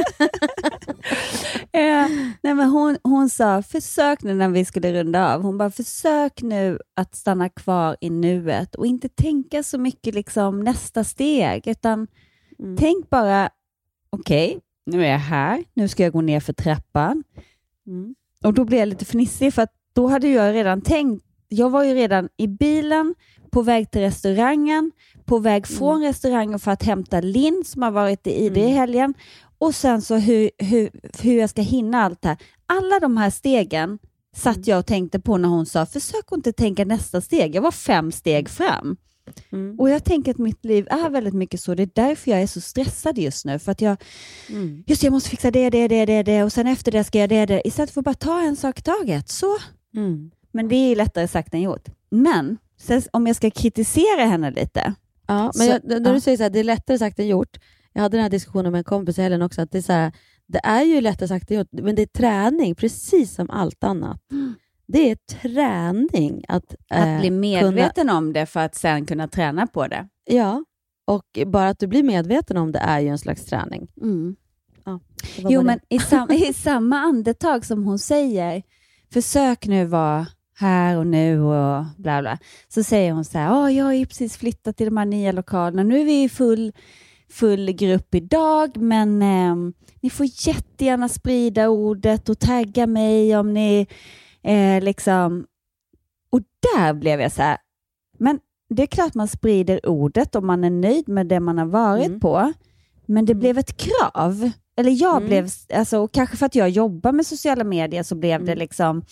eh, nej, men hon, hon sa, försök nu när vi skulle runda av. Hon bara, försök nu att stanna kvar i nuet och inte tänka så mycket liksom nästa steg. Utan mm. tänk bara, okej, okay, nu är jag här. Nu ska jag gå ner för trappan. Mm. Och då blev jag lite fnissig, för att då hade jag redan tänkt. Jag var ju redan i bilen, på väg till restaurangen, på väg från mm. restaurangen för att hämta Linn som har varit i det i mm. helgen. Och sen så hur, hur, hur jag ska hinna allt här. Alla de här stegen satt jag och tänkte på när hon sa, försök inte tänka nästa steg. Jag var fem steg fram. Mm. Och jag tänker att mitt liv är väldigt mycket så. Det är därför jag är så stressad just nu. För att jag, mm. just jag måste fixa det, det, det, det, det. Och sen efter det ska jag det, det. Istället för att bara ta en sak i taget. Så. Mm. Men det är lättare sagt än gjort. Men sen, om jag ska kritisera henne lite. Ja, men så, jag, när ja. du säger så här, det är lättare sagt än gjort. Jag hade den här diskussionen med en kompis i helgen också. Att det är så här, det är ju lättare sagt än gjort. Men det är träning, precis som allt annat. Mm. Det är träning att, att eh, bli medveten kunna... om det för att sen kunna träna på det. Ja, och bara att du blir medveten om det är ju en slags träning. Mm. Ja, jo, men i, sam- i samma andetag som hon säger, försök nu vara här och nu och bla bla. Så säger hon så här, oh, jag har ju precis flyttat till de här nya lokalerna. Nu är vi i full, full grupp idag, men eh, ni får jättegärna sprida ordet och tagga mig om ni eh, liksom. Och där blev jag så här, men det är klart man sprider ordet om man är nöjd med det man har varit mm. på. Men det mm. blev ett krav. Eller jag mm. blev, alltså, och kanske för att jag jobbar med sociala medier så blev mm. det liksom.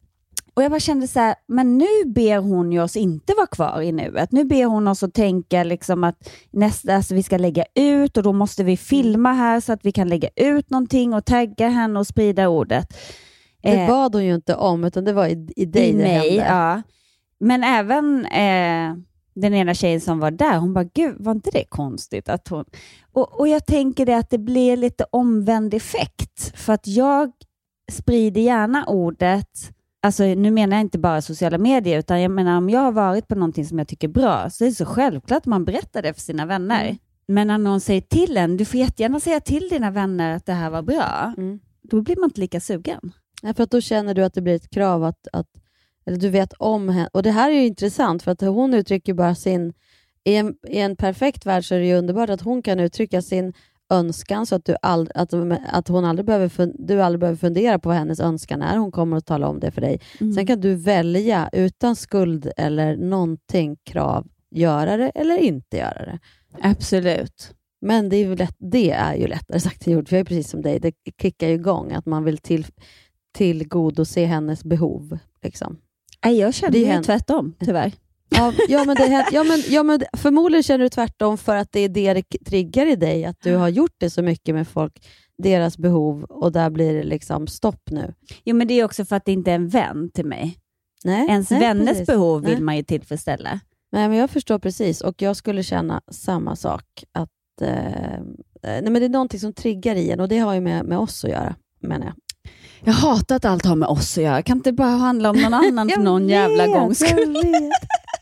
Och jag bara kände så här, men nu ber hon ju oss inte vara kvar i nuet. Nu ber hon oss att tänka liksom att nästa, alltså vi ska lägga ut och då måste vi filma här så att vi kan lägga ut någonting och tagga henne och sprida ordet. Det bad hon ju inte om, utan det var i, i dig i det mig, hände. Ja. Men även eh, den ena tjejen som var där, hon bara, gud, var inte det konstigt att hon... Och, och jag tänker det att det blir lite omvänd effekt. För att jag sprider gärna ordet, alltså nu menar jag inte bara sociala medier, utan jag menar om jag har varit på någonting som jag tycker är bra, så är det så självklart att man berättar det för sina vänner. Mm. Men när någon säger till en, du får jättegärna säga till dina vänner att det här var bra, mm. då blir man inte lika sugen. Ja, för att då känner du att det blir ett krav att, att eller du vet om henne. Och det här är ju intressant för att hon uttrycker bara sin, i en, i en perfekt värld så är det ju underbart att hon kan uttrycka sin önskan så att, du ald, att, att hon aldrig behöver fun, du aldrig behöver fundera på vad hennes önskan är. Hon kommer att tala om det för dig. Mm. Sen kan du välja utan skuld eller någonting krav göra det eller inte göra det. Absolut. Men det är ju, lätt, det är ju lättare sagt än gjort. För jag är precis som dig. Det kickar ju igång att man vill till, tillgodose hennes behov. Liksom. Jag känner ju henne. tvärtom, tyvärr. Ja, ja, men det, ja, men, ja, men förmodligen känner du tvärtom för att det är det det triggar i dig. Att du har gjort det så mycket med folk, deras behov, och där blir det liksom stopp nu. Jo, men det är också för att det inte är en vän till mig. Nej, Ens nej, vänners precis. behov vill nej. man ju tillfredsställa. Nej, men jag förstår precis. Och jag skulle känna samma sak. Att, eh, nej, men det är någonting som triggar i en, och det har ju med, med oss att göra, menar jag. Jag hatar att allt har med oss att göra. Kan inte bara handla om någon annan för någon vet, jävla gång skull.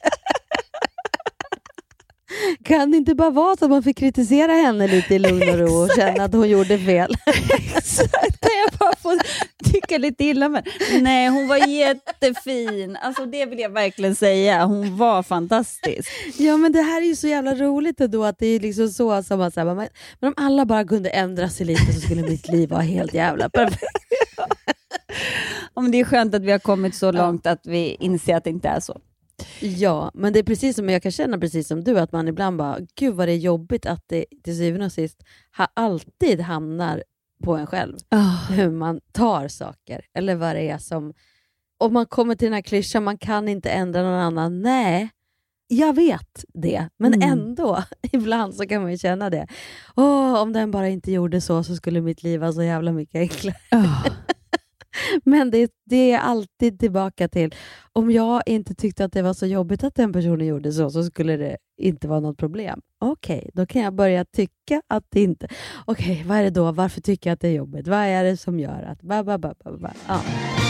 Kan det inte bara vara så att man fick kritisera henne lite i lugn och ro och känna att hon gjorde fel? Exakt, kan jag bara få tycka lite illa med. Nej, hon var jättefin. Alltså det vill jag verkligen säga. Hon var fantastisk. Ja, men det här är ju så jävla roligt då att det är liksom så som att säga, men om alla bara kunde ändra sig lite så skulle mitt liv vara helt jävla perfekt. Ja, men det är skönt att vi har kommit så långt ja. att vi inser att det inte är så. Ja, men det är precis som jag kan känna precis som du, att man ibland bara, gud vad det är jobbigt att det till syvende och sist ha, alltid hamnar på en själv. Oh. Hur man tar saker, eller vad det är som, om man kommer till den här klyschan, man kan inte ändra någon annan. Nej, jag vet det, men mm. ändå ibland så kan man ju känna det. Åh, om den bara inte gjorde så så skulle mitt liv vara så jävla mycket enklare. Oh. Men det, det är alltid tillbaka till, om jag inte tyckte att det var så jobbigt att den personen gjorde så, så skulle det inte vara något problem. Okej, okay, då kan jag börja tycka att det inte... Okej, okay, vad är det då? Varför tycker jag att det är jobbigt? Vad är det som gör att... Ba, ba, ba, ba, ba. Ja.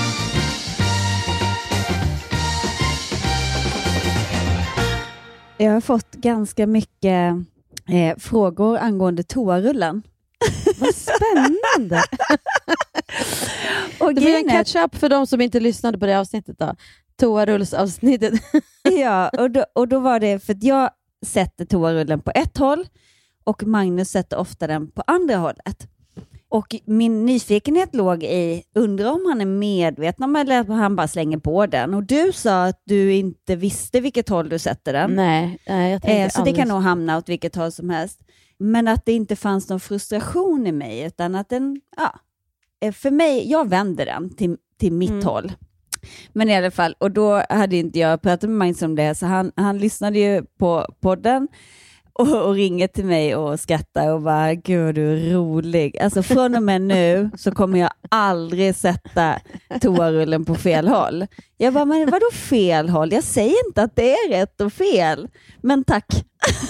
Jag har fått ganska mycket eh, frågor angående toarullen. Vad spännande! Och det blir en catch-up för de som inte lyssnade på det avsnittet då. Toarullsavsnittet. Ja, och då, och då var det för att jag sätter toarullen på ett håll och Magnus sätter ofta den på andra hållet. Och min nyfikenhet låg i, undrar om han är medveten om eller att han bara slänger på den. Och du sa att du inte visste vilket håll du sätter den. Nej, nej jag tänkte eh, Så alldeles... det kan nog hamna åt vilket håll som helst. Men att det inte fanns någon frustration i mig, utan att den, ja, för mig, jag vänder den till, till mitt mm. håll. Men i alla fall, och då hade inte jag pratat med Magnus om det, så han, han lyssnade ju på podden och, och ringer till mig och skrattar och bara, gud du är rolig. Alltså från och med nu så kommer jag aldrig sätta toarullen på fel håll. Jag bara, men vadå fel håll? Jag säger inte att det är rätt och fel, men tack.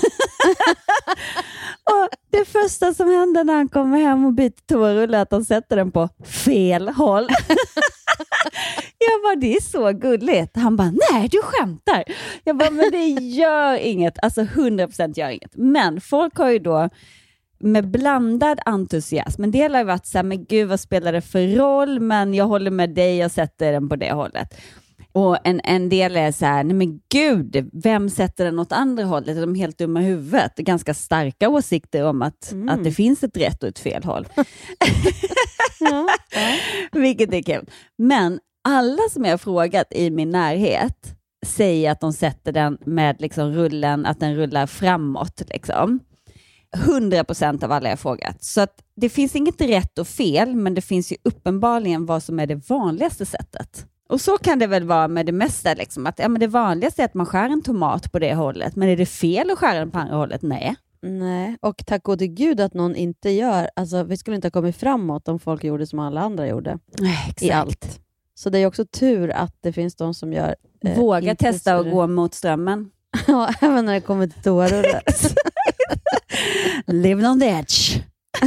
Och det första som händer när han kommer hem och byter toarulle är att de sätter den på fel håll. Jag bara, det är så gulligt. Han bara, nej du skämtar. Jag bara, men det gör inget. Alltså hundra procent gör inget. Men folk har ju då med blandad entusiasm. En del har ju varit så här, men gud vad spelar det för roll? Men jag håller med dig och sätter den på det hållet. Och en, en del är så här, nej men gud, vem sätter den åt andra hållet? Är de helt dumma i huvudet? Ganska starka åsikter om att, mm. att det finns ett rätt och ett fel håll. Ja, ja. Vilket är kul. Men alla som jag har frågat i min närhet säger att de sätter den med liksom rullen, att den rullar framåt. Liksom. hundra procent av alla jag har frågat. Så att det finns inget rätt och fel, men det finns ju uppenbarligen vad som är det vanligaste sättet. Och så kan det väl vara med det mesta. Liksom, att, ja, men det vanligaste är att man skär en tomat på det hållet. Men är det fel att skära den på andra hållet? Nej. Nej, och tack gode gud att någon inte gör. Alltså, vi skulle inte ha kommit framåt om folk gjorde som alla andra gjorde. Nej, exakt. I allt. Så det är också tur att det finns de som gör... Eh, Våga testa att gå mot strömmen. Ja, även när det kommer till toarullar. Live on the edge.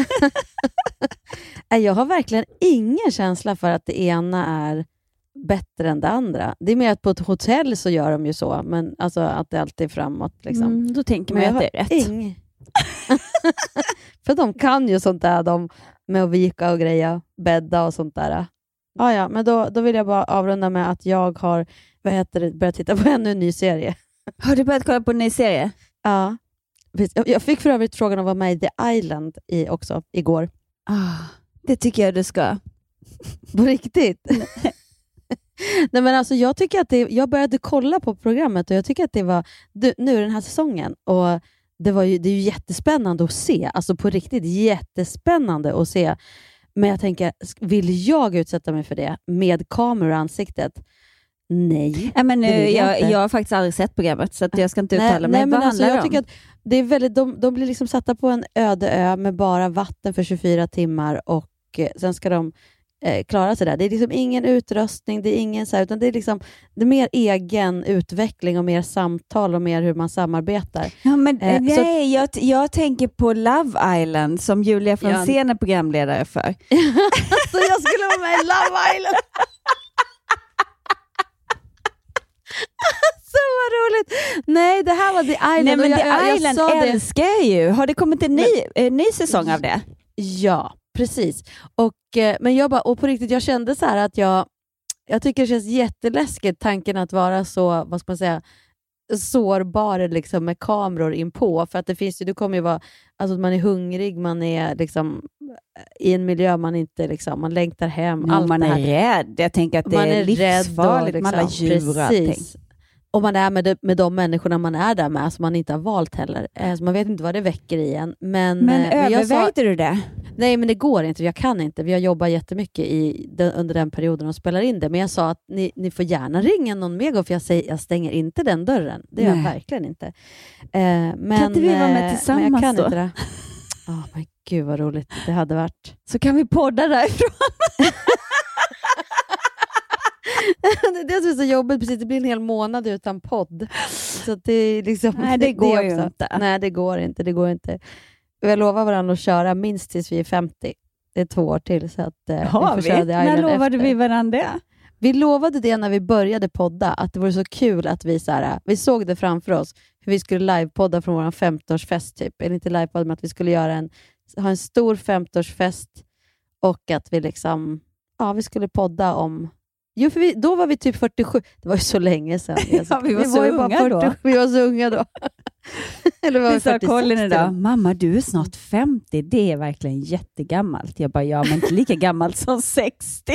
Jag har verkligen ingen känsla för att det ena är bättre än det andra. Det är mer att på ett hotell så gör de ju så, men alltså att det alltid är framåt. Liksom. Mm, då tänker man att det är rätt. Ing... för de kan ju sånt där, de med att vika och greja, bädda och sånt där. Ah, ja, men då, då vill jag bara avrunda med att jag har vad heter det, börjat titta på ännu en ny serie. Har du börjat kolla på en ny serie? Ja. Jag fick för övrigt frågan om att vara med i The Island i, också igår. Ah, det tycker jag du ska. På riktigt? Nej, men alltså jag tycker att det, jag började kolla på programmet och jag tycker att det var du, nu den här säsongen och det var ju, det är ju jättespännande att se, alltså på riktigt jättespännande att se, men jag tänker, vill jag utsätta mig för det med kamera i ansiktet? Nej. Ja, men, jag, jag, jag har faktiskt aldrig sett programmet så att jag ska inte uttala mig. Nej, men vad alltså, handlar jag tycker att det är väldigt, de, de blir liksom satta på en öde ö med bara vatten för tjugofyra timmar och eh, sen ska de eh, klara sig där. Det är liksom ingen utrustning, det är ingen så här, utan det är liksom det är mer egen utveckling och mer samtal och mer hur man samarbetar. Ja, men eh, nej, så, jag, jag tänker på Love Island som Julia Franzén ja. är programledare för. Så jag skulle vara med i Love Island. Så vad roligt. Nej, det här var The Island. Nej, men jag, The jag, Island jag älskar jag ju. Har det kommit en ny, men, en ny säsong av det? Ja, precis. Och, men jag bara, och på riktigt, jag kände så här att jag jag tycker det känns jätteläskigt tanken att vara så, vad ska man säga, sårbar liksom med kameror inpå. För att det finns ju, det kommer ju vara, alltså man är hungrig, man är liksom i en miljö man inte liksom, man längtar hem. Ja, allt man det här. är rädd. Jag tänker att det man är, är livsfarligt liksom, med alla djur och allting. Och man är med de, med de människorna man är där med, som man inte har valt heller. Så man vet inte vad det väcker i en. Men, men, men övervägde sa, du det? Nej, men det går inte. Jag kan inte. Vi har jobbat jättemycket i, den, under den perioden och spelar in det. Men jag sa att ni, ni får gärna ringa någon mer gång, för jag, säger, jag stänger inte den dörren. Det gör jag verkligen inte. Eh, men, kan inte vi vara med tillsammans men jag kan då? Inte det. Oh, men gud vad roligt det hade varit. Så kan vi podda därifrån. Det är det som är så jobbigt, precis. Det blir en hel månad utan podd. Så att det är liksom, nej, det, det går det ju inte. Nej, det går inte. Det går inte. Vi lovar varandra att köra minst tills vi är femtio. Det är två år till. Så att, har vi? vi? När lovade efter. vi varandra det? Vi lovade det när vi började podda. Att det vore så kul att vi så här, vi såg det framför oss. Hur vi skulle livepodda från vår femtioårsfest typ. Eller inte livepodda, men att vi skulle göra en, ha en stor femtioårsfest. Och att vi liksom, ja, vi skulle podda om... Jo, för vi, då var vi typ fyrtiosju. Det var ju så länge sedan. Ja, vi var, vi så var ju unga bara fyrtio, då. Vi var så unga då. Eller var vi sa Colin idag, mamma du är snart femtio. Det är verkligen jättegammalt. Jag bara, ja men inte lika gammalt som sextio.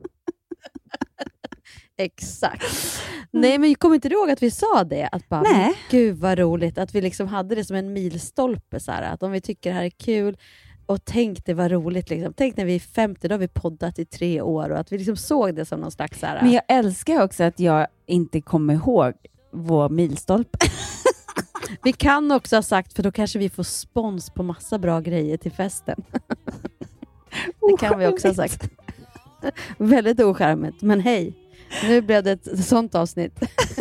Exakt. Nej, men jag kommer inte ihåg att vi sa det. Att bara, nej. Gud vad roligt. Att vi liksom hade det som en milstolpe. Så här, att om vi tycker det här är kul. Och tänk det var roligt. Liksom. Tänk när vi är femtio, då har vi poddat i tre år. Och att vi liksom såg det som någon slags... Så här, men jag älskar också att jag inte kommer ihåg vår milstolpe. Vi kan också ha sagt, för då kanske vi får spons på massa bra grejer till festen. Det kan vi också ha sagt. Väldigt oskärmigt, men hej. Nu blev det ett sånt avsnitt.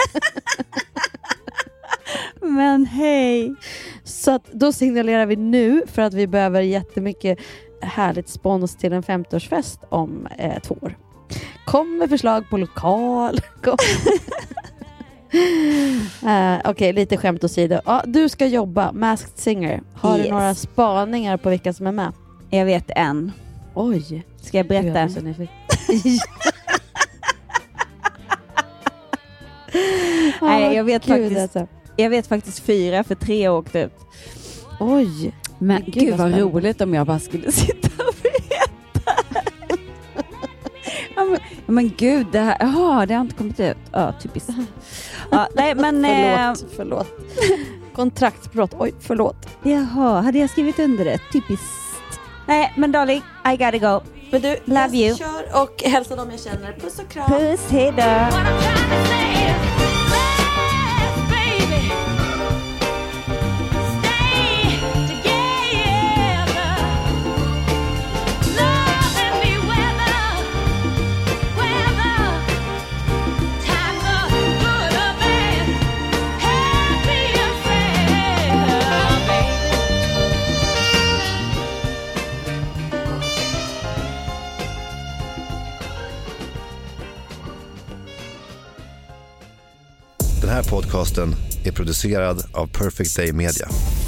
Men hej. Så att då signalerar vi nu för att vi behöver jättemycket härligt spons till en femtioårsfest om eh, två år. Kom med förslag på lokal. uh, Okej, okay, lite skämt åsido. Ja, du ska jobba, Masked Singer. Har yes. du några spaningar på vilka som är med? Jag vet en. Oj. Ska jag berätta? Jag Nej, jag vet, Gud, faktiskt, alltså. jag vet faktiskt fyra, för tre år åkte ut. Oj. Men gud, gud vad roligt om jag bara skulle sitta och berätta. ja, men, men gud, det här, jaha, det har inte kommit ut. Ja, typiskt. Ja, nej, men, förlåt, eh, förlåt. Kontraktsbrott, oj, förlåt. Jaha, hade jag skrivit under det? Typiskt. Nej, men darling, I gotta go. Men du, love you. Kör och hälsa dem jag känner. Puss och kram. Puss, hejdå. Den här podcasten är producerad av Perfect Day Media.